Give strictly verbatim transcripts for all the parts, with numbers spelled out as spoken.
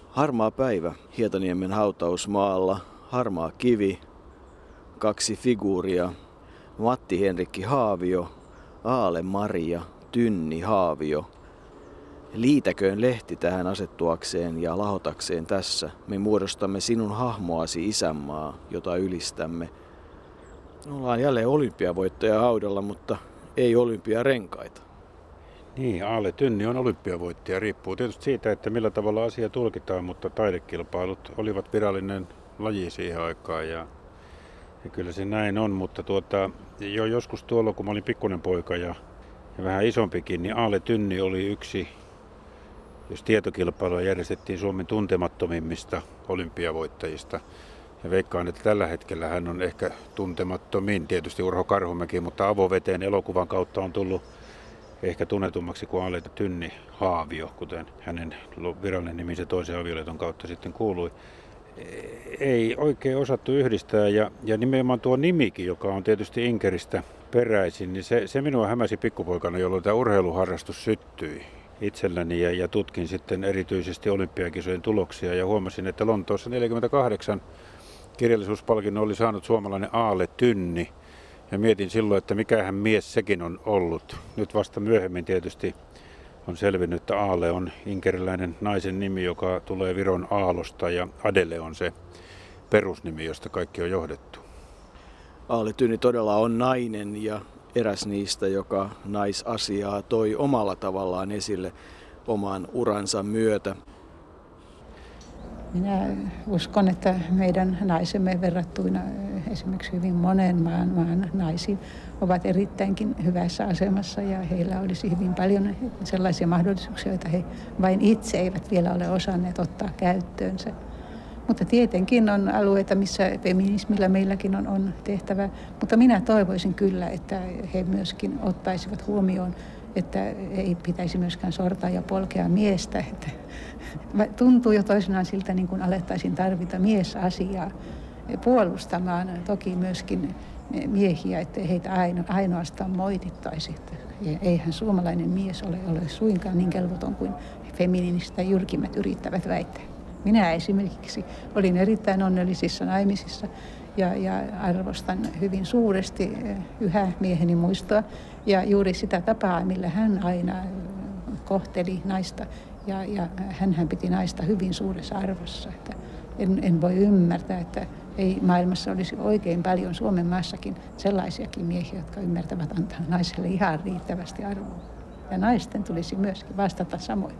Harmaa päivä Hietaniemen hautausmaalla, harmaa kivi, kaksi figuuria, Matti Henrikki Haavio, Aale Maria, Tynni Haavio. Liitäköön lehti tähän asettuakseen ja lahotakseen tässä. Me muodostamme sinun hahmoasi isänmaa, jota ylistämme. Ollaan jälleen olympiavoittaja haudalla, mutta ei olympiarenkaita. Niin, Aale Tynni on olympiavoittaja. Riippuu tietysti siitä, että millä tavalla asia tulkitaan, mutta taidekilpailut olivat virallinen laji siihen aikaan. Ja, ja kyllä se näin on, mutta tuota, jo joskus tuolla, kun mä olin pikkuinen poika ja, ja vähän isompikin, niin Aale Tynni oli yksi, jos tietokilpailua järjestettiin Suomen tuntemattomimmista olympiavoittajista. Ja veikkaan, että tällä hetkellä hän on ehkä tuntemattomin, tietysti Urho Karhumäki, mutta avoveteen elokuvan kautta on tullut ehkä tunnetummaksi kuin Aale Tynni Haavio, kuten hänen virallinen nimensä toisen avioliiton kautta sitten kuului. Ei oikein osattu yhdistää ja, ja nimenomaan tuo nimikin, joka on tietysti Inkeristä peräisin, niin se, se minua hämäsi pikkupoikana, jolloin tämä urheiluharrastus syttyi itselläni ja, ja tutkin sitten erityisesti olympiakisojen tuloksia ja huomasin, että Lontoossa neljäkymmentäkahdeksan kirjallisuuspalkinnon oli saanut suomalainen Aale Tynni. Ja mietin silloin, että mikähän mies sekin on ollut. Nyt vasta myöhemmin tietysti on selvinnyt, että Aale on inkeriläinen naisen nimi, joka tulee Viron Aalosta ja Adele on se perusnimi, josta kaikki on johdettu. Aale Tynni todella on nainen ja eräs niistä, joka naisasiaa toi omalla tavallaan esille oman uransa myötä. Minä uskon, että meidän naisemme verrattuina esimerkiksi hyvin monen maan, maan naisiin ovat erittäinkin hyvässä asemassa ja heillä olisi hyvin paljon sellaisia mahdollisuuksia, joita he vain itse eivät vielä ole osanneet ottaa käyttöönsä. Mutta tietenkin on alueita, missä feminismillä meilläkin on, on tehtävä, mutta minä toivoisin kyllä, että he myöskin ottaisivat huomioon, että ei pitäisi myöskään sortaa ja polkea miestä. Että tuntuu jo toisinaan siltä, niin kuin alettaisiin tarvita miesasiaa puolustamaan toki myöskin miehiä, että heitä ainoastaan moitittaisi. Eihän suomalainen mies ole, ole suinkaan niin kelvoton kuin feminiinistä jyrkimmät yrittävät väittää. Minä esimerkiksi olin erittäin onnellisissa naimisissa ja, ja arvostan hyvin suuresti yhä mieheni muistoa ja juuri sitä tapaa, millä hän aina kohteli naista ja, ja hänhän piti naista hyvin suuressa arvossa. Että en, en voi ymmärtää, että ei maailmassa olisi oikein paljon Suomen maassakin sellaisiakin miehiä, jotka ymmärtävät antaa naiselle ihan riittävästi arvoa. Ja naisten tulisi myöskin vastata samoin.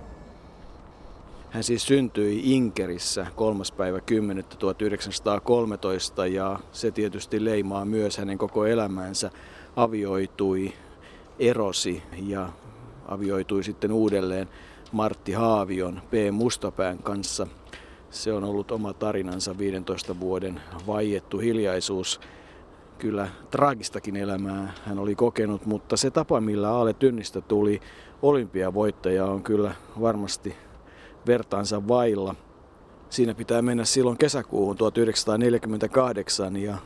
Hän siis syntyi Inkerissä kolmas päivä kymmenettä tuhatyhdeksänsataakolmetoista ja se tietysti leimaa myös hänen koko elämänsä. Avioitui, erosi ja avioitui sitten uudelleen Martti Haavion P. Mustapään kanssa. Se on ollut oma tarinansa, viidentoista vuoden vaiettu hiljaisuus. Kyllä traagistakin elämää hän oli kokenut, mutta se tapa, millä Aale Tynnistä tuli olympiavoittaja, on kyllä varmasti vertaansa vailla. Siinä pitää mennä silloin kesäkuuhun tuhatyhdeksänsataaneljäkymmentäkahdeksan ja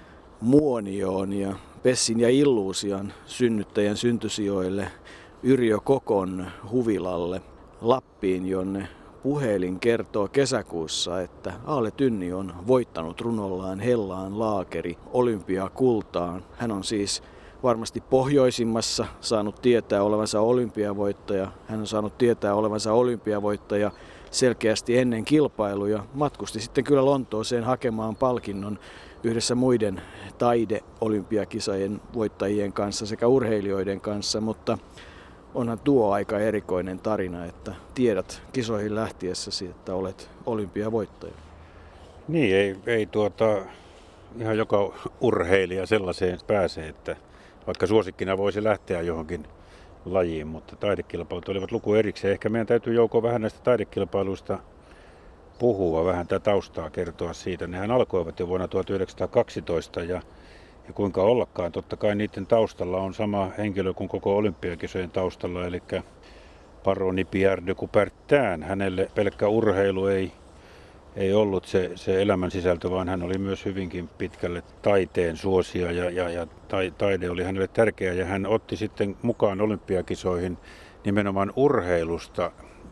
Muonioon ja Pessin ja Illuusian synnyttäjän syntysijoille Yrjö Kokon huvilalle Lappiin, jonne puhelin kertoo kesäkuussa, että Aale Tynni on voittanut runollaan Hellaan Laakeri olympiakultaan. Hän on siis varmasti pohjoisimmassa saanut tietää olevansa olympiavoittaja. Hän on saanut tietää olevansa olympiavoittaja selkeästi ennen kilpailuja. Matkusti sitten kyllä Lontooseen hakemaan palkinnon yhdessä muiden taide-olympiakisojen voittajien kanssa sekä urheilijoiden kanssa, mutta onhan tuo aika erikoinen tarina, että tiedät kisoihin lähtiessäsi, että olet olympiavoittaja. Niin, ei, ei tuota, ihan joka urheilija sellaiseen pääsee, että vaikka suosikkina voisi lähteä johonkin lajiin, mutta taidekilpailut olivat luku erikseen. Ehkä meidän täytyy Jouko vähän näistä taidekilpailuista puhua, vähän tätä taustaa kertoa siitä. Nehän alkoivat jo vuonna tuhatyhdeksänsataakaksitoista ja, ja kuinka ollakaan. Totta kai niiden taustalla on sama henkilö kuin koko olympiakisojen taustalla, eli paroni Pierre de Coubertin. Hänelle pelkkä urheilu ei Ei ollut se, se elämän sisältö, vaan hän oli myös hyvinkin pitkälle taiteen suosia ja, ja, ja taide oli hänelle tärkeä. Ja hän otti sitten mukaan olympiakisoihin nimenomaan urheilusta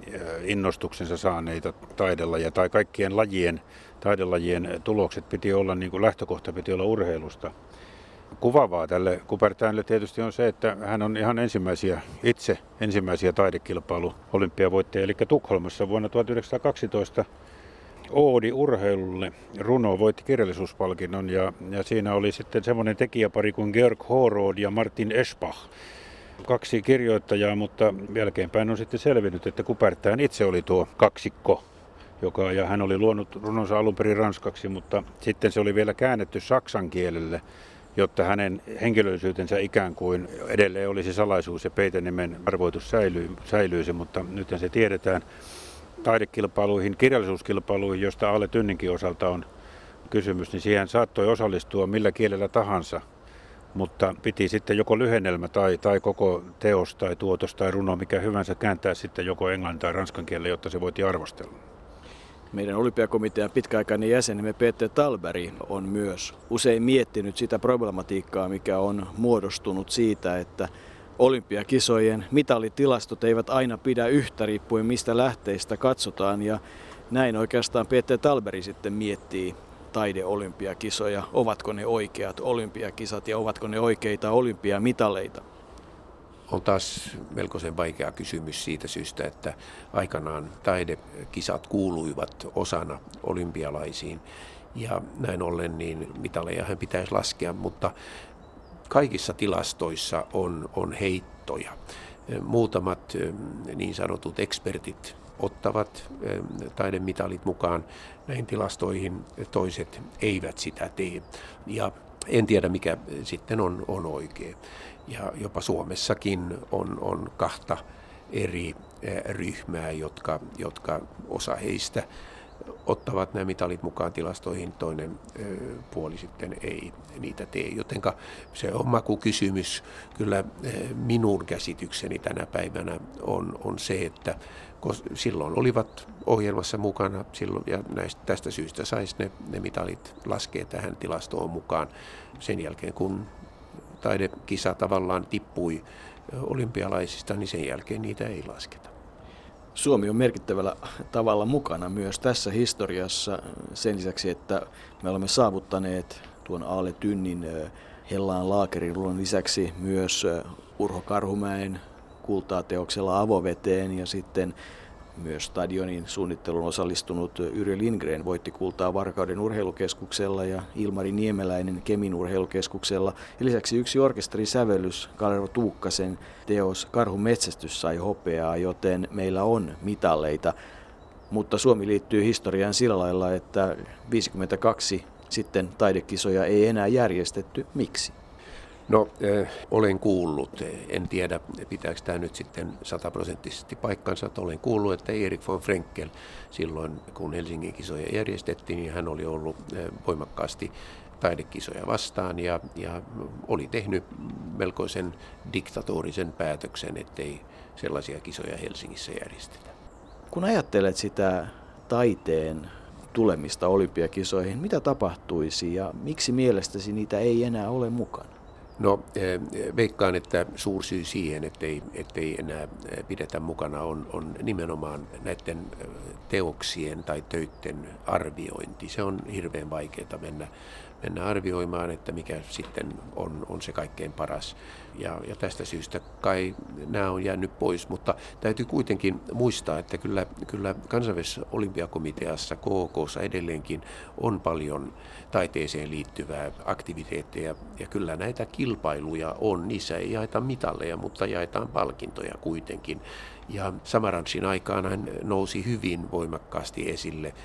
innostuksensa saaneita taidelajeja tai kaikkien lajien, taidelajien tulokset piti olla, niin kuin lähtökohta piti olla urheilusta. Kuvaavaa tälle Coubertinille tietysti on se, että hän on ihan ensimmäisiä, itse ensimmäisiä taidekilpailu-olympiavoittajia, eli Tukholmassa vuonna tuhatyhdeksänsataakaksitoista Oodi urheilulle runo voitti kirjallisuuspalkinnon ja, ja siinä oli sitten semmoinen tekijäpari kuin Georg Horood ja Martin Eschbach. Kaksi kirjoittajaa, mutta jälkeenpäin on sitten selvinnyt, että Coubertin itse oli tuo kaksikko, joka, ja hän oli luonut runonsa alun perin ranskaksi, mutta sitten se oli vielä käännetty saksan kielelle, jotta hänen henkilöllisyytensä ikään kuin edelleen olisi salaisuus ja peitenimen arvoitus säilyy, säilyisi, mutta nyt se tiedetään. Taidekilpailuihin, kirjallisuuskilpailuihin, josta Aale Tynninkin osalta on kysymys, niin siihen saattoi osallistua millä kielellä tahansa, mutta piti sitten joko lyhennelmä tai, tai koko teos tai tuotos tai runo, mikä hyvänsä kääntää sitten joko englannin tai ranskan kielellä, jotta se voitiin arvostella. Meidän olympiakomitean pitkäaikainen jäsenemme Peter Talberg on myös usein miettinyt sitä problematiikkaa, mikä on muodostunut siitä, että olympiakisojen mitalitilastot eivät aina pidä yhtä riippuen mistä lähteistä katsotaan, ja näin oikeastaan Peter Talberg sitten miettii taideolympiakisoja, ovatko ne oikeat olympiakisat ja ovatko ne oikeita olympiamitaleita. On taas melkoisen vaikea kysymys siitä syystä, että aikanaan taidekisat kuuluivat osana olympialaisiin ja näin ollen niin mitalejahan pitäisi laskea, mutta kaikissa tilastoissa on, on heittoja. Muutamat niin sanotut ekspertit ottavat taidemitalit mukaan näihin tilastoihin, toiset eivät sitä tee. Ja en tiedä mikä sitten on, on oikein. Ja jopa Suomessakin on, on kahta eri ryhmää, jotka, jotka osa heistä ottavat nämä mitalit mukaan tilastoihin, toinen puoli sitten ei niitä tee. Jotenka se on makukysymys. Kyllä minun käsitykseni tänä päivänä on, on se, että silloin olivat ohjelmassa mukana silloin, ja näistä, tästä syystä saisi ne, ne mitalit laskea tähän tilastoon mukaan. Sen jälkeen kun taidekisa tavallaan tippui olympialaisista, niin sen jälkeen niitä ei lasketa. Suomi on merkittävällä tavalla mukana myös tässä historiassa sen lisäksi, että me olemme saavuttaneet tuon Aale Tynnin Hellaan Laakerin lisäksi myös Urho Karhumäen kultaa teoksella Avoveteen ja sitten myös stadionin suunnitteluun osallistunut Yrjö Lindgren voitti kultaa Varkauden urheilukeskuksella ja Ilmari Niemeläinen Kemin urheilukeskuksella. Ja lisäksi yksi orkesterisävellys, Kalervo Tuukkasen teos Karhun metsästys sai hopeaa, joten meillä on mitaleita. Mutta Suomi liittyy historiaan sillä lailla, että viisikymmentäkaksi sitten taidekisoja ei enää järjestetty. Miksi? No, äh, olen kuullut, en tiedä pitääkö tämä nyt sitten sataprosenttisesti paikkansa, että olen kuullut, että Erik von Frenkel silloin, kun Helsingin kisoja järjestettiin, niin hän oli ollut äh, voimakkaasti taidekisoja vastaan ja, ja oli tehnyt melkoisen diktatorisen päätöksen, ettei sellaisia kisoja Helsingissä järjestetä. Kun ajattelet sitä taiteen tulemista olympiakisoihin, mitä tapahtuisi ja miksi mielestäsi niitä ei enää ole mukana? No, veikkaan, että suursyy siihen, ettei, ettei enää pidetä mukana, on, on nimenomaan näiden teoksien tai töiden arviointi. Se on hirveän vaikeaa mennä, mennä arvioimaan, että mikä sitten on, on se kaikkein paras. Ja, ja tästä syystä kai nämä on jäänyt pois, mutta täytyy kuitenkin muistaa, että kyllä, kyllä kansainvälisessä olympiakomiteassa, K O K:ssa edelleenkin on paljon taiteeseen liittyvää aktiviteetteja ja kyllä näitä kilpailuja on. Niissä ei jaeta mitalleja, mutta jaetaan palkintoja kuitenkin. Ja Samaranchin aikaan hän nousi hyvin voimakkaasti esille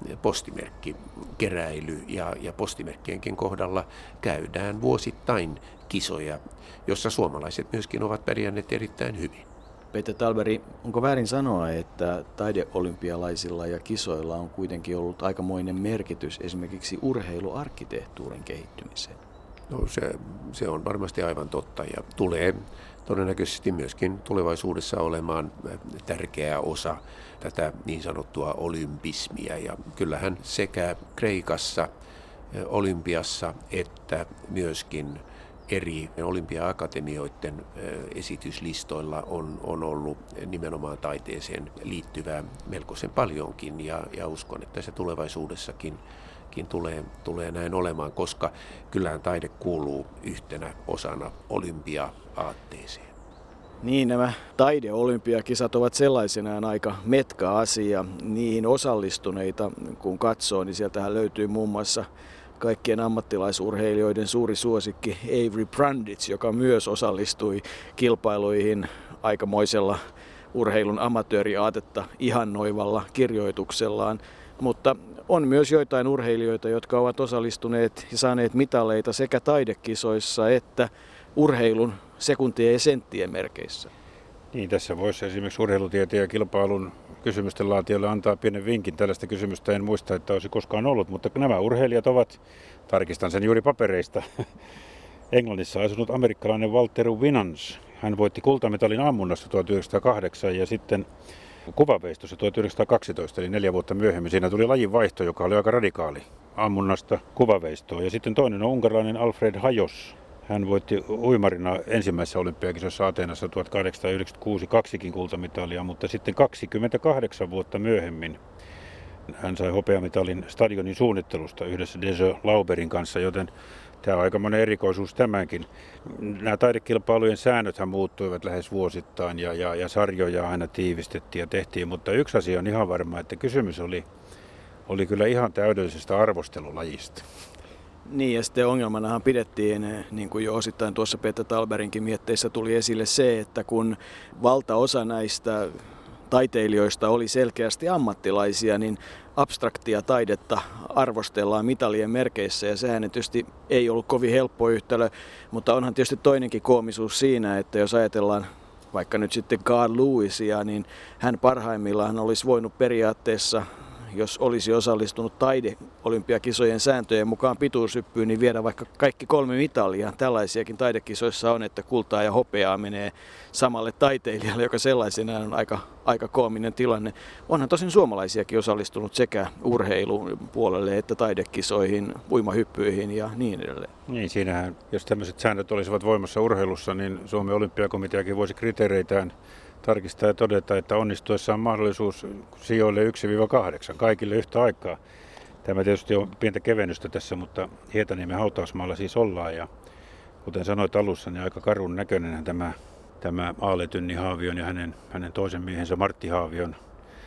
postimerkkikeräily ja, ja postimerkkienkin kohdalla käydään vuosittain kisoja, jossa suomalaiset myöskin ovat pärjänneet erittäin hyvin. Peter Talberg, onko väärin sanoa, että taideolympialaisilla ja kisoilla on kuitenkin ollut aikamoinen merkitys esimerkiksi urheiluarkkitehtuurin kehittymiseen? No se, se on varmasti aivan totta ja tulee todennäköisesti myöskin tulevaisuudessa olemaan tärkeä osa tätä niin sanottua olympismia. Ja kyllähän sekä Kreikassa olympiassa että myöskin eri olympia-akatemioiden esityslistoilla on, on ollut nimenomaan taiteeseen liittyvää melkoisen paljonkin ja, ja uskon, että se tulevaisuudessakin Tulee, tulee näin olemaan, koska kyllähän taide kuuluu yhtenä osana olympia-aatteeseen. Niin, nämä taideolympiakisat ovat sellaisenaan aika metka asia. Niihin osallistuneita, kun katsoo, niin sieltähän löytyy muun muassa kaikkien ammattilaisurheilijoiden suuri suosikki Avery Brundage, joka myös osallistui kilpailuihin aikamoisella urheilun amatööriaatetta ihannoivalla kirjoituksellaan. Mutta on myös joitain urheilijoita, jotka ovat osallistuneet ja saaneet mitaleita sekä taidekisoissa että urheilun sekuntien ja senttien merkeissä. Niin, tässä voisi esimerkiksi urheilutieteen ja kilpailun kysymysten laatijoille antaa pienen vinkin. Tällaista kysymystä en muista, että olisi koskaan ollut, mutta nämä urheilijat ovat, tarkistan sen juuri papereista, Englannissa asunut amerikkalainen Walter Winans. Hän voitti kultamitalin ammunnassa tuhatyhdeksänsataakahdeksan ja sitten kuvaveistossa tuhatyhdeksänsataakaksitoista, eli neljä vuotta myöhemmin. Siinä tuli lajin vaihto, joka oli aika radikaali, ammunnasta kuvaveistoon. Ja sitten toinen on unkarilainen Alfred Hajos. Hän voitti uimarina ensimmäisessä olympiakisossa Ateenassa tuhatkahdeksansataayhdeksänkymmentäkuusi kaksikin kultamitalia, mutta sitten kaksikymmentäkahdeksan vuotta myöhemmin hän sai hopeamitalin stadionin suunnittelusta yhdessä Deso Lauberin kanssa, joten tämä on aikamoinen erikoisuus tämänkin. Nämä taidekilpailujen säännöthän muuttuivat lähes vuosittain ja, ja, ja sarjoja aina tiivistettiin ja tehtiin, mutta yksi asia on ihan varma, että kysymys oli, oli kyllä ihan täydellisestä arvostelulajista. Niin, ja sitten ongelmanahan pidettiin, niin kuin jo osittain tuossa Peter Talberinkin mietteissä tuli esille se, että kun valtaosa näistä taiteilijoista oli selkeästi ammattilaisia, niin abstraktia taidetta arvostellaan mitalien merkeissä, ja sehän tietysti ei ollut kovin helppo yhtälö, mutta onhan tietysti toinenkin koomisuus siinä, että jos ajatellaan vaikka nyt sitten Carl Lewisia, niin hän parhaimmillaan olisi voinut periaatteessa, jos olisi osallistunut taideolympiakisojen sääntöjen mukaan pituushyppyyn, niin viedä vaikka kaikki kolme mitalia. Tällaisiakin taidekisoissa on, että kultaa ja hopeaa menee samalle taiteilijalle, joka sellaisenaan on aika, aika koominen tilanne. Onhan tosin suomalaisiakin osallistunut sekä urheilun puolelle että taidekisoihin, uimahyppyihin ja niin edelleen. Niin, siinähän, jos tämmöiset säännöt olisivat voimassa urheilussa, niin Suomen olympiakomiteakin voisi kriteereitään tarkistaa ja todeta, että onnistuessa on mahdollisuus sijoille yksi kahdeksan kaikille yhtä aikaa. Tämä tietysti on pientä kevennystä tässä, mutta Hietaniemen hautausmaalla siis ollaan. Ja kuten sanoit alussa, niin aika karun näköinen tämä, tämä Aale Tynni Haavion ja hänen, hänen toisen miehensä Martti Haavion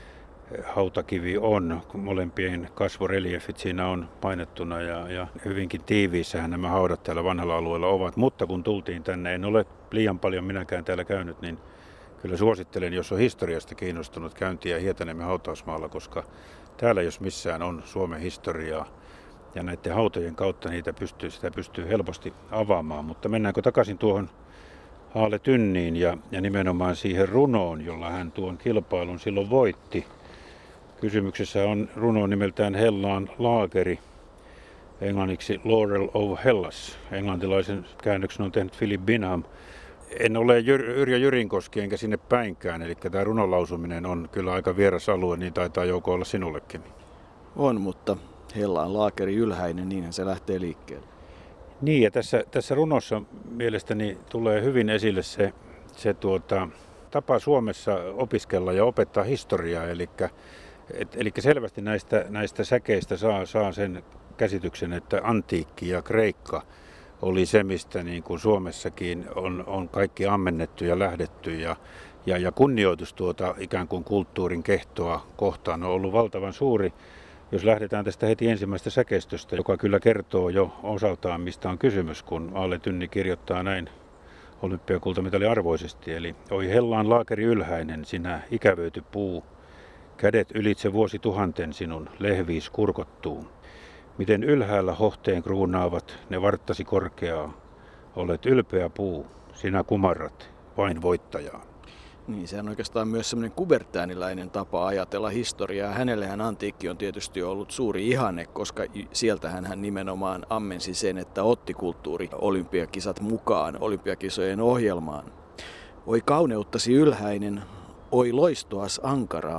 hautakivi on. Molempien kasvoreliefit siinä on painettuna ja, ja hyvinkin tiiviissähän nämä haudat täällä vanhalla alueella ovat. Mutta kun tultiin tänne, en ole liian paljon minäkään täällä käynyt, niin kyllä suosittelen, jos on historiasta kiinnostunut, käyntiä Hietaniemen hautausmaalla, koska täällä jos missään on Suomen historiaa ja näiden hautojen kautta niitä pystyy, sitä pystyy helposti avaamaan. Mutta mennäänkö takaisin tuohon Aale Tynniin ja, ja nimenomaan siihen runoon, jolla hän tuon kilpailun silloin voitti. Kysymyksessä on runo nimeltään Hellaan laakeri, englanniksi Laurel of Hellas. Englantilaisen käännöksen on tehnyt Philip Bingham. En ole Jyr- Yrjö Jyrinkoski enkä sinne päinkään, eli tämä runon lausuminen on kyllä aika vieras alue, niin taitaa Jouko olla sinullekin. On, mutta Hellaan laakeri ylhäinen, niinhän se lähtee liikkeelle. Niin, ja tässä, tässä runossa mielestäni tulee hyvin esille se, se tuota, tapa Suomessa opiskella ja opettaa historiaa, eli, et, eli selvästi näistä, näistä säkeistä saa, saa sen käsityksen, että antiikki ja Kreikka oli se, mistä niin kuin Suomessakin on, on kaikki ammennettu ja lähdetty ja, ja, ja kunnioitus tuota ikään kuin kulttuurin kehtoa kohtaan on ollut valtavan suuri. Jos lähdetään tästä heti ensimmäisestä säkeistöstä, joka kyllä kertoo jo osaltaan, mistä on kysymys, kun Aale Tynni kirjoittaa näin olympiakultamitali arvoisesti. Eli oi Hellaan laakeri ylhäinen, sinä ikävöity puu, kädet ylitse vuosituhanten sinun lehviis kurkottuu. Miten ylhäällä hohteen kruunaavat ne varttasi korkeaa, olet ylpeä puu, sinä kumarrat vain voittajaa. Niin, se on oikeastaan myös semmoinen kubertääniläinen tapa ajatella historiaa. Hänellehän antiikki on tietysti ollut suuri ihanne, koska sieltähän hän nimenomaan ammensi sen, että otti kulttuuri olympiakisat mukaan olympiakisojen ohjelmaan. Oi kauneuttasi ylhäinen, oi loistoas ankaraa,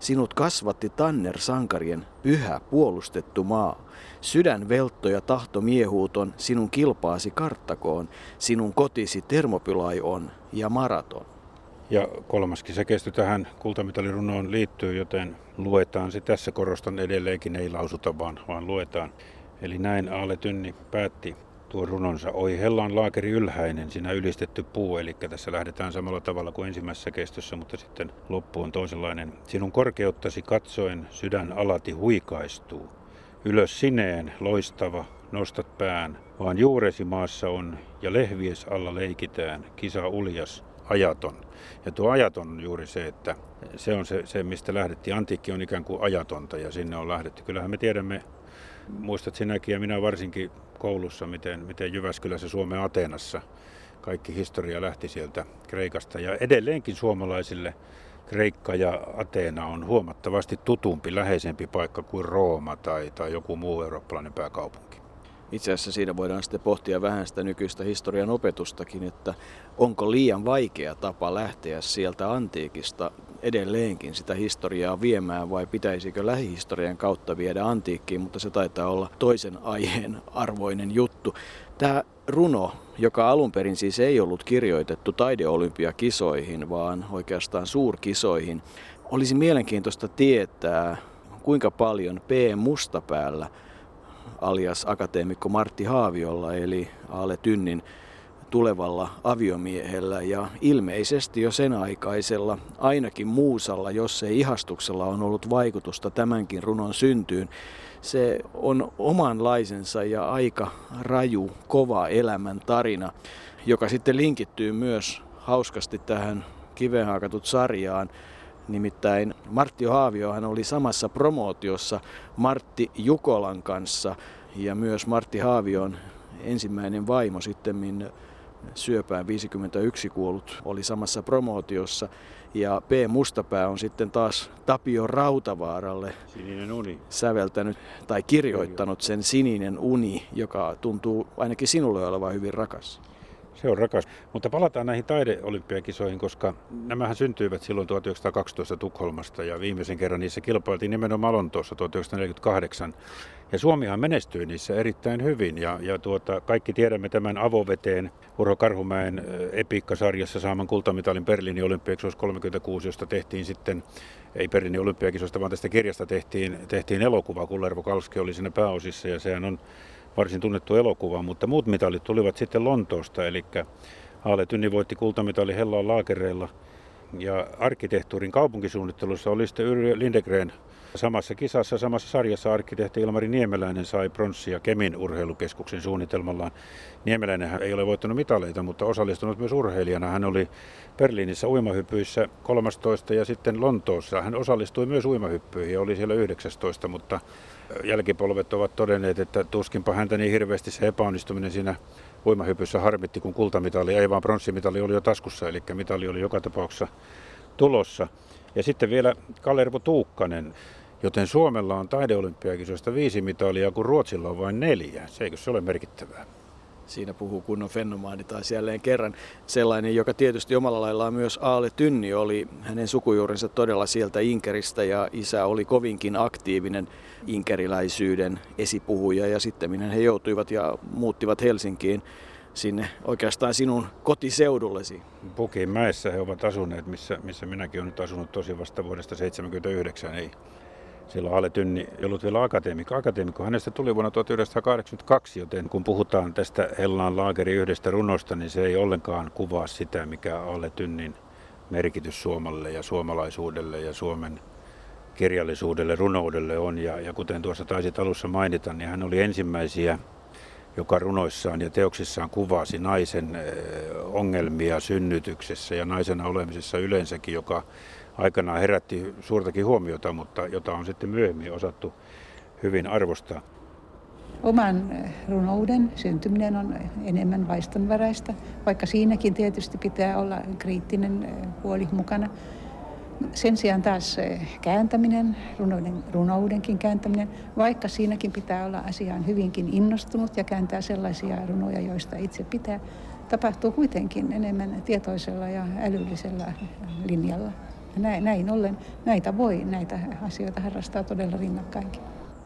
Sinut kasvatti Tanner-sankarien pyhä puolustettu maa. Sydän veltto ja tahto miehuuton sinun kilpaasi Karttakoon. Sinun kotisi Termopylai on ja Maraton. Ja kolmaskin se kesti tähän kultamitalirunoon liittyy, joten luetaan se tässä. Korostan edelleenkin, ei lausuta vaan, vaan luetaan. Eli näin Aale Tynni päätti tuon runonsa. Oi hellaan laakeri ylhäinen, sinä ylistetty puu. Eli tässä lähdetään samalla tavalla kuin ensimmäisessä kestossa, mutta sitten loppu on toisenlainen. Sinun korkeuttasi katsoen sydän alati huikaistuu. Ylös sineen loistava, nostat pään, vaan juuresi maassa on ja lehvies alla leikitään, kisa uljas, ajaton. Ja tuo ajaton on juuri se, että se on se, se mistä lähdettiin. Antiikki on ikään kuin ajatonta ja sinne on lähdetty. Kyllähän me tiedämme, muistat sinäkin ja minä varsinkin koulussa, miten, miten Jyväskylässä, Suomen Ateenassa kaikki historia lähti sieltä Kreikasta. Ja edelleenkin suomalaisille Kreikka ja Ateena on huomattavasti tutumpi, läheisempi paikka kuin Rooma tai, tai joku muu eurooppalainen pääkaupunki. Itse asiassa siinä voidaan sitten pohtia vähän sitä nykyistä historian opetustakin, että onko liian vaikea tapa lähteä sieltä antiikista edelleenkin sitä historiaa viemään vai pitäisikö lähihistorian kautta viedä antiikkiin, mutta se taitaa olla toisen aiheen arvoinen juttu. Tämä runo, joka alun perin siis ei ollut kirjoitettu taideolympiakisoihin, vaan oikeastaan suurkisoihin, olisi mielenkiintoista tietää, kuinka paljon P. Mustapäällä alias akateemikko Martti Haaviolla eli Aale Tynnin tulevalla aviomiehellä ja ilmeisesti jo sen aikaisella ainakin muusalla, jos ei ihastuksella on ollut vaikutusta tämänkin runon syntyyn. Se on omanlaisensa ja aika raju, kova elämän tarina, joka sitten linkittyy myös hauskasti tähän Kiveen hakatut -sarjaan. Nimittäin Martti Haaviohan oli samassa promootiossa Martti Jukolan kanssa ja myös Martti Haavion ensimmäinen vaimo sittemmin syöpään viisikymmentäyksi kuollut oli samassa promootiossa. Ja P. Mustapää on sitten taas Tapio Rautavaaralle Sininen uni säveltänyt tai kirjoittanut sen Sininen uni, joka tuntuu ainakin sinulle olevan hyvin rakas. Se on rakas. Mutta palataan näihin taideolympiakisoihin, koska nämähän syntyivät silloin tuhatyhdeksänsataakaksitoista Tukholmasta ja viimeisen kerran niissä kilpailtiin nimenomaan Lontoossa tuhatyhdeksänsataaneljäkymmentäkahdeksan. Ja Suomihan menestyi niissä erittäin hyvin ja, ja tuota, kaikki tiedämme tämän avoveteen Urho Karhumäen epiikkasarjassa saaman kultamitalin Berliinin olympiakisoissa kolmekymmentäkuusi, josta tehtiin sitten, ei Berliinin olympiakisoista, vaan tästä kirjasta tehtiin, tehtiin elokuva, Kullervo Kalski oli siinä pääosissa ja sehän on varsin tunnettu elokuva, mutta muut mitalit tulivat sitten Lontoosta, eli Aale Tynni voitti kultamitali Hellaan laakereilla ja arkkitehtuurin kaupunkisuunnittelussa oli sitten Yrjö Lindegren. Samassa kisassa, samassa sarjassa arkkitehti Ilmari Niemeläinen sai pronssia Kemin urheilukeskuksen suunnitelmallaan. Niemeläinen ei ole voittanut mitaleita, mutta osallistunut myös urheilijana. Hän oli Berliinissä uimahypyissä kolmastoista ja sitten Lontoossa. Hän osallistui myös uimahyppyihin ja oli siellä yhdeksästoista, mutta jälkipolvet ovat todenneet, että tuskinpa häntä niin hirveästi se epäonnistuminen siinä uimahypyssä harmitti, kun kultamitali, ei vaan pronssimitali oli jo taskussa, eli mitali oli joka tapauksessa tulossa. Ja sitten vielä Kalervo Tuukkanen, joten Suomella on taideolympiakisoista viisi mitalia, kun Ruotsilla on vain neljä. Se eikö se ole merkittävää? Siinä puhuu kunnon fenomaani taas jälleen kerran. Sellainen, joka tietysti omalla laillaan myös Aale Tynni oli. Hänen sukujuurensa todella sieltä Inkeristä ja isä oli kovinkin aktiivinen inkeriläisyyden esipuhuja. Ja sitten he joutuivat ja muuttivat Helsinkiin sinne oikeastaan sinun kotiseudullesi. Pukinmäessä he ovat asuneet, missä, missä minäkin olen nyt asunut tosi vasta vuodesta seitsemänkymmentäyhdeksän. Ei. Silloin Aale Tynni ei ollut vielä akateemikko. Akateemikko hänestä tuli vuonna tuhatyhdeksänsataakahdeksankymmentäkaksi, joten kun puhutaan tästä Hellaan laakeri yhdestä runosta, niin se ei ollenkaan kuvaa sitä, mikä Aale Tynnin merkitys Suomelle ja suomalaisuudelle ja Suomen kirjallisuudelle, runoudelle on. Ja, ja kuten tuossa taisit alussa mainita, niin hän oli ensimmäisiä, joka runoissaan ja teoksissaan kuvasi naisen ongelmia synnytyksessä ja naisena olemisessa yleensäkin, joka aikanaan herätti suurtakin huomiota, mutta jota on sitten myöhemmin osattu hyvin arvostaa. Oman runouden syntyminen on enemmän vaistonvaraista, vaikka siinäkin tietysti pitää olla kriittinen puoli mukana. Sen sijaan taas kääntäminen, runouden, runoudenkin kääntäminen, vaikka siinäkin pitää olla asiaan hyvinkin innostunut ja kääntää sellaisia runoja, joista itse pitää, tapahtuu kuitenkin enemmän tietoisella ja älyllisellä linjalla. Näin, näin ollen näitä voi, näitä asioita harrastaa todella rinnakkainkin.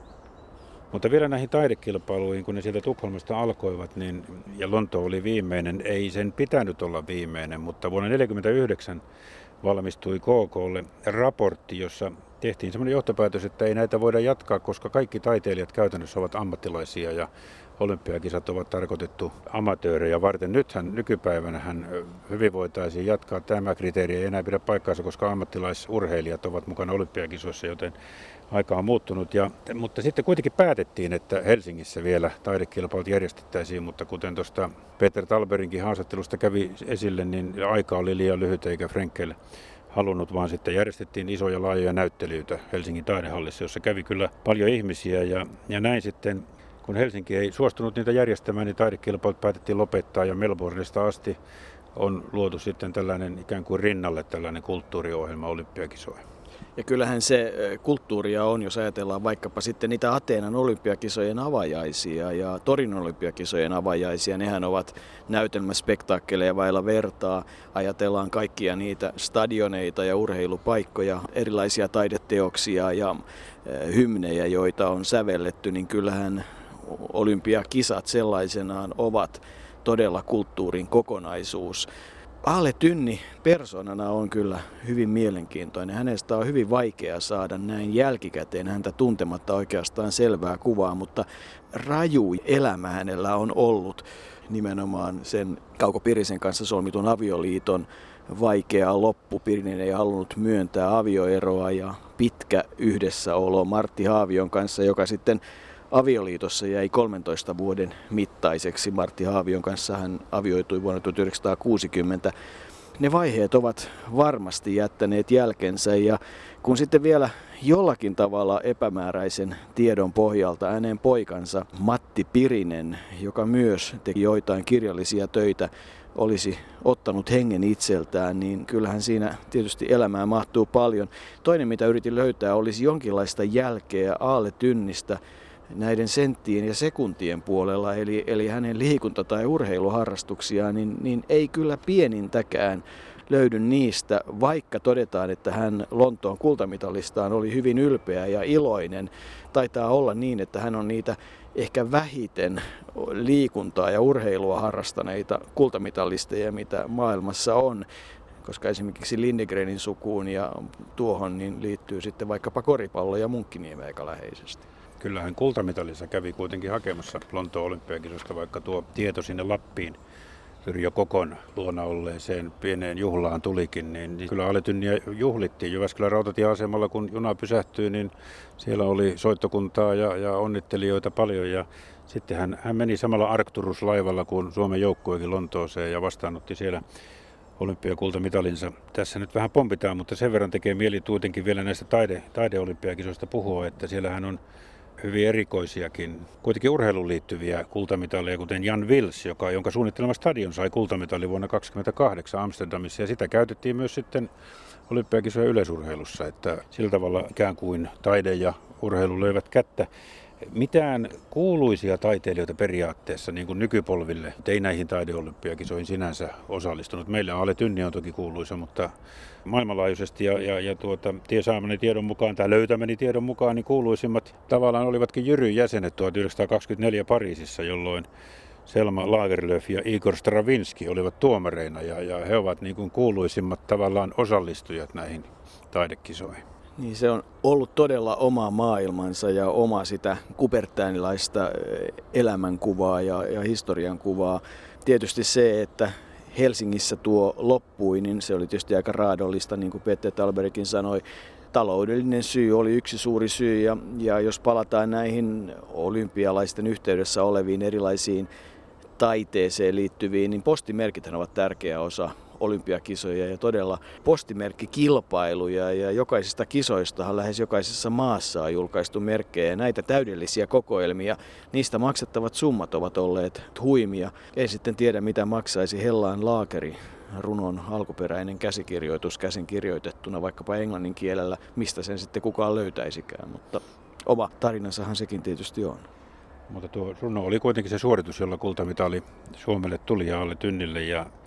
Mutta vielä näihin taidekilpailuihin, kun ne sieltä Tukholmasta alkoivat, niin, ja Lonto oli viimeinen, ei sen pitänyt olla viimeinen, mutta vuonna tuhatyhdeksänsataaneljäkymmentäyhdeksän valmistui K K:lle raportti, jossa tehtiin semmoinen johtopäätös, että ei näitä voida jatkaa, koska kaikki taiteilijat käytännössä ovat ammattilaisia ja olympiakisat ovat tarkoitettu amatöörejä varten. Nythän nykypäivänähän hyvin voitaisiin jatkaa. Tämä kriteeri ei enää pidä paikkaansa, koska ammattilaisurheilijat ovat mukana olympiakisoissa, joten aika on muuttunut. Ja, mutta sitten kuitenkin päätettiin, että Helsingissä vielä taidekilpailut järjestettäisiin, mutta kuten tuosta Peter Talberinkin haastattelusta kävi esille, niin aika oli liian lyhyt eikä Frenkel halunnut, vaan sitten järjestettiin isoja laajoja näyttelyitä Helsingin taidehallissa, jossa kävi kyllä paljon ihmisiä ja, ja näin sitten. Kun Helsinki ei suostunut niitä järjestämään, niin taidekilpailut päätettiin lopettaa ja Melbourneista asti on luotu sitten tällainen ikään kuin rinnalle tällainen kulttuuriohjelma olympiakisoihin. Ja kyllähän se kulttuuria on, jos ajatellaan vaikkapa sitten niitä Ateenan olympiakisojen avajaisia ja Torinon olympiakisojen avajaisia. Nehän ovat näytelmäspektaakkeleja vailla vertaa. Ajatellaan kaikkia niitä stadioneita ja urheilupaikkoja, erilaisia taideteoksia ja hymnejä, joita on sävelletty, niin kyllähän olympiakisat sellaisenaan ovat todella kulttuurin kokonaisuus. Ahle Tynni persoonana on kyllä hyvin mielenkiintoinen. Hänestä on hyvin vaikea saada näin jälkikäteen häntä tuntematta oikeastaan selvää kuvaa, mutta raju elämä hänellä on ollut nimenomaan sen Kauko Pirisen kanssa solmitun avioliiton vaikea loppu. Pirinen ei halunnut myöntää avioeroa ja pitkä yhdessäolo Martti Haavion kanssa, joka sitten avioliitossa jäi kolmentoista vuoden mittaiseksi. Martti Haavion kanssa hän avioitui vuonna tuhatyhdeksänsataakuusikymmentä. Ne vaiheet ovat varmasti jättäneet jälkensä ja kun sitten vielä jollakin tavalla epämääräisen tiedon pohjalta hänen poikansa Matti Pirinen, joka myös teki joitain kirjallisia töitä, olisi ottanut hengen itseltään, niin kyllähän siinä tietysti elämään mahtuu paljon. Toinen, mitä yritin löytää, olisi jonkinlaista jälkeä Ahle Tynnistä näiden senttien ja sekuntien puolella, eli, eli hänen liikunta- tai urheiluharrastuksiaan, niin, niin ei kyllä pienintäkään löydy niistä, vaikka todetaan, että hän Lontoon kultamitalistaan oli hyvin ylpeä ja iloinen. Taitaa olla niin, että hän on niitä ehkä vähiten liikuntaa ja urheilua harrastaneita kultamitalisteja, mitä maailmassa on, koska esimerkiksi Lindegrenin sukuun ja tuohon niin liittyy sitten vaikkapa koripallo ja Munkkiniemi aika läheisesti. Kyllähän kultamitalissa kävi kuitenkin hakemassa Lontoon olympiakisosta, vaikka tuo tieto sinne Lappiin Yrjö Kokon luona olleeseen pieneen juhlaan tulikin, niin kyllä Ahle Tynniä juhlittiin Jyväskylän rautatieasemalla, kun juna pysähtyi, niin siellä oli soittokuntaa ja, ja onnittelijoita paljon ja sitten hän, hän meni samalla Arcturus-laivalla kuin Suomen joukkueekin Lontooseen ja vastaanotti siellä olympiakultamitalinsa. Tässä nyt vähän pompitaan, mutta sen verran tekee mieli kuitenkin vielä näistä taide, taideolympiakisoista puhua, että siellähän on hyvin erikoisiakin, kuitenkin urheiluun liittyviä kultamitaleja, kuten Jan Wils, joka, jonka suunnittelema stadion sai kultamitalin vuonna tuhatyhdeksänsataakaksikymmentäkahdeksan Amsterdamissa, ja sitä käytettiin myös sitten olympiakisojen yleisurheilussa, että sillä tavalla ikään kuin taide ja urheilu löivät kättä. Mitään kuuluisia taiteilijoita periaatteessa niin kuin nykypolville ei näihin taideolympiakisoihin sinänsä osallistunut. Meillä Ahle Tynni on toki kuuluisa, mutta maailmanlaajuisesti ja, ja, ja tuota, tie saamani tiedon mukaan tai löytämäni tiedon mukaan niin kuuluisimmat tavallaan olivatkin Jyryn jäsenet tuhatyhdeksänsataakaksikymmentäneljä Pariisissa, jolloin Selma Lagerlöf ja Igor Stravinsky olivat tuomareina ja, ja he ovat niin kuin kuuluisimmat tavallaan osallistujat näihin taidekisoihin. Niin se on ollut todella oma maailmansa ja oma sitä kupertänilaista elämänkuvaa ja, ja historiankuvaa. Tietysti se, että Helsingissä tuo loppui, niin se oli tietysti aika raadollista, niin kuin Peter Talberikin sanoi. Taloudellinen syy oli yksi suuri syy ja, ja jos palataan näihin olympialaisten yhteydessä oleviin erilaisiin taiteeseen liittyviin, niin postimerkithän ovat tärkeä osa olympiakisoja ja todella postimerkkikilpailuja ja jokaisista kisoistahan lähes jokaisessa maassa on julkaistu merkkejä ja näitä täydellisiä kokoelmia, niistä maksettavat summat ovat olleet huimia. Ei sitten tiedä mitä maksaisi Hellaan Laakeri runon alkuperäinen käsikirjoitus käsin kirjoitettuna vaikkapa englannin kielellä, mistä sen sitten kukaan löytäisikään, mutta oma tarinansahan sekin tietysti on. Mutta tuo runo oli kuitenkin se suoritus, jolla kultamitali Suomelle tuli ja Ahle Tynnille ja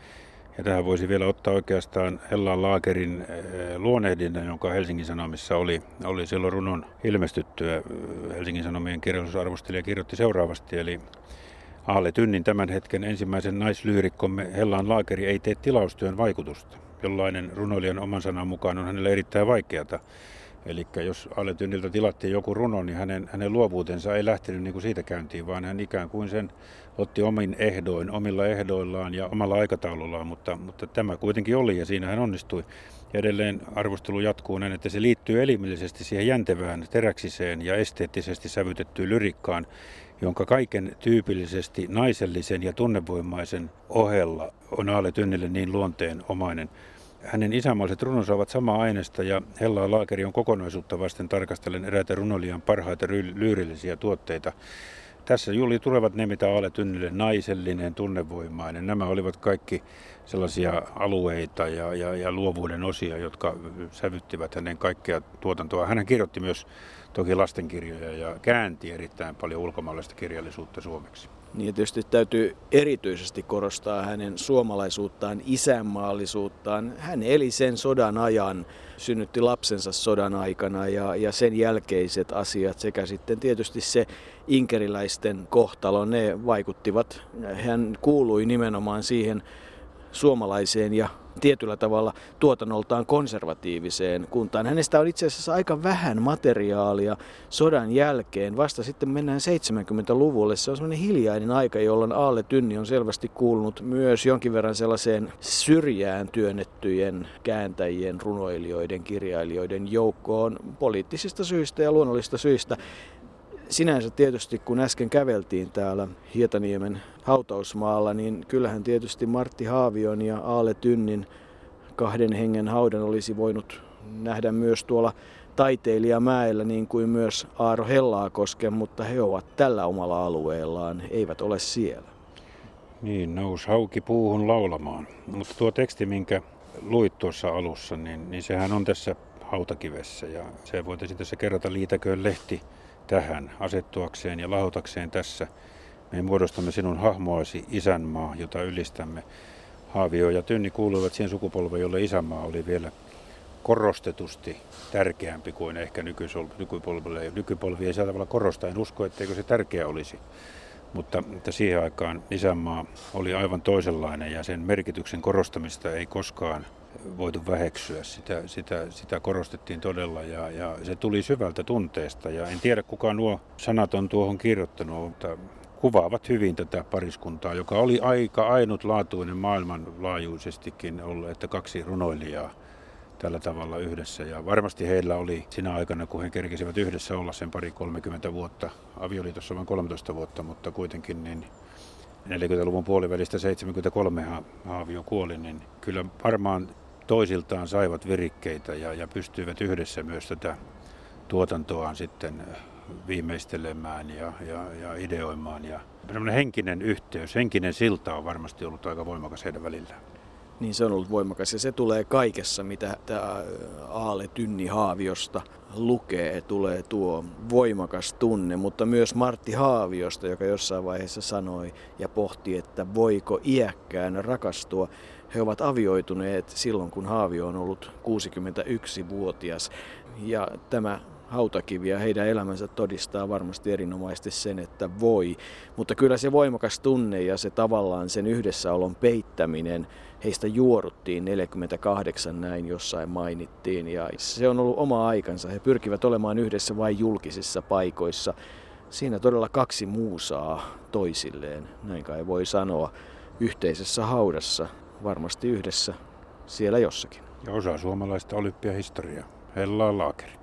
Ja tähän voisi vielä ottaa oikeastaan Hellaan Laakerin luonnehdinnan, jonka Helsingin Sanomissa oli, oli silloin runon ilmestyttyä. Helsingin Sanomien kirjallisuusarvostelija kirjoitti seuraavasti, eli Aale Tynnin tämän hetken ensimmäisen naislyyrikkomme Hellaan Laakeri ei tee tilaustyön vaikutusta. Jollainen runoilijan oman sanan mukaan on hänelle erittäin vaikeata. Eli jos Aale Tynniltä tilattiin joku runo, niin hänen, hänen luovuutensa ei lähtenyt niin kuin siitä käyntiin, vaan hän ikään kuin sen otti omin ehdoin, omilla ehdoillaan ja omalla aikataulullaan, mutta, mutta tämä kuitenkin oli ja siinä hän onnistui. Ja edelleen arvostelu jatkuu näin, että se liittyy elimellisesti siihen jäntevään, teräksiseen ja esteettisesti sävytettyyn lyrikkaan, jonka kaiken tyypillisesti naisellisen ja tunnevoimaisen ohella on Aale Tynnille niin luonteenomainen. Hänen isänmaalliset runonsa ovat samaa aineesta ja Hellaan Laakeri on kokonaisuutta vasten tarkastellen eräitä runoilijan parhaita lyyrillisiä tuotteita. Tässä juuri tulevat ne, mitä Aale Tynnille naisellinen, tunnevoimainen. Nämä olivat kaikki sellaisia alueita ja, ja, ja luovuuden osia, jotka sävyttivät hänen kaikkea tuotantoa. Hän kirjoitti myös toki lastenkirjoja ja käänti erittäin paljon ulkomaalaista kirjallisuutta suomeksi. Niin tietysti täytyy erityisesti korostaa hänen suomalaisuuttaan, isänmaallisuuttaan. Hän eli sen sodan ajan, synnytti lapsensa sodan aikana ja, ja sen jälkeiset asiat sekä sitten tietysti se inkeriläisten kohtalo, ne vaikuttivat. Hän kuului nimenomaan siihen suomalaiseen ja tietyllä tavalla tuotannoltaan konservatiiviseen kuntaan. Hänestä on itse asiassa aika vähän materiaalia sodan jälkeen. Vasta sitten mennään seitsemänkymmentäluvulle. Se on sellainen hiljainen aika, jolloin Aale Tynni on selvästi kuulunut myös jonkin verran sellaiseen syrjään työnnettyjen kääntäjien, runoilijoiden, kirjailijoiden joukkoon poliittisista syistä ja luonnollisista syistä. Sinänsä tietysti, kun äsken käveltiin täällä Hietaniemen hautausmaalla, niin kyllähän tietysti Martti Haavion ja Aale Tynnin kahden hengen haudan olisi voinut nähdä myös tuolla Taiteilijamäellä, niin kuin myös Aaro Hellaakosken, mutta he ovat tällä omalla alueellaan, eivät ole siellä. Niin, nousi hauki puuhun laulamaan. Mutta tuo teksti, minkä luit tuossa alussa, niin, niin sehän on tässä hautakivessä ja se voitaisiin tässä kerrata Liitäköön lehti tähän asettuakseen ja lahotakseen tässä. Me muodostamme sinun hahmoasi isänmaa, jota ylistämme. Haavio ja Tynni kuuluivat siihen sukupolveen, jolle isänmaa oli vielä korostetusti tärkeämpi kuin ehkä nykypolvelle. Nykypolvi ei sillä tavalla korosta, en usko, etteikö se tärkeä olisi. Mutta että siihen aikaan isänmaa oli aivan toisenlainen ja sen merkityksen korostamista ei koskaan voitu väheksyä. Sitä, sitä, sitä korostettiin todella ja, ja se tuli syvältä tunteesta. Ja en tiedä, kuka nuo sanat on tuohon kirjoittanut, mutta kuvaavat hyvin tätä pariskuntaa, joka oli aika ainutlaatuinen maailmanlaajuisestikin ollut, että kaksi runoilijaa tällä tavalla yhdessä. Ja varmasti heillä oli siinä aikana, kun he kerkisivät yhdessä olla sen pari kolmekymmentä vuotta, avioliitossa vain kolmetoista vuotta, mutta kuitenkin niin neljäkymmentäluvun puolivälistä seitsemänkymmentäkolme Haavio kuoli, niin kyllä varmaan toisiltaan saivat virikkeitä ja, ja pystyivät yhdessä myös tätä tuotantoaan sitten viimeistelemään ja, ja, ja ideoimaan. Ja semmoinen henkinen yhteys, henkinen silta on varmasti ollut aika voimakas heidän välillään. Niin se on ollut voimakas ja se tulee kaikessa, mitä tämä Aale Tynni Haaviosta lukee, tulee tuo voimakas tunne, mutta myös Martti Haaviosta, joka jossain vaiheessa sanoi ja pohti, että voiko iäkkään rakastua. He ovat avioituneet silloin, kun Haavio on ollut kuusikymmentäyksivuotias ja tämä hautakivi ja heidän elämänsä todistaa varmasti erinomaisesti sen, että voi. Mutta kyllä se voimakas tunne ja se tavallaan sen yhdessäolon peittäminen, heistä juoruttiin neljäkymmentäkahdeksan, näin jossain mainittiin. Ja se on ollut oma aikansa. He pyrkivät olemaan yhdessä vain julkisissa paikoissa. Siinä todella kaksi muusaa toisilleen, näin kai voi sanoa, yhteisessä haudassa, varmasti yhdessä siellä jossakin. Ja osa suomalaista olympiahistoriaa. Hellaan Laakeri.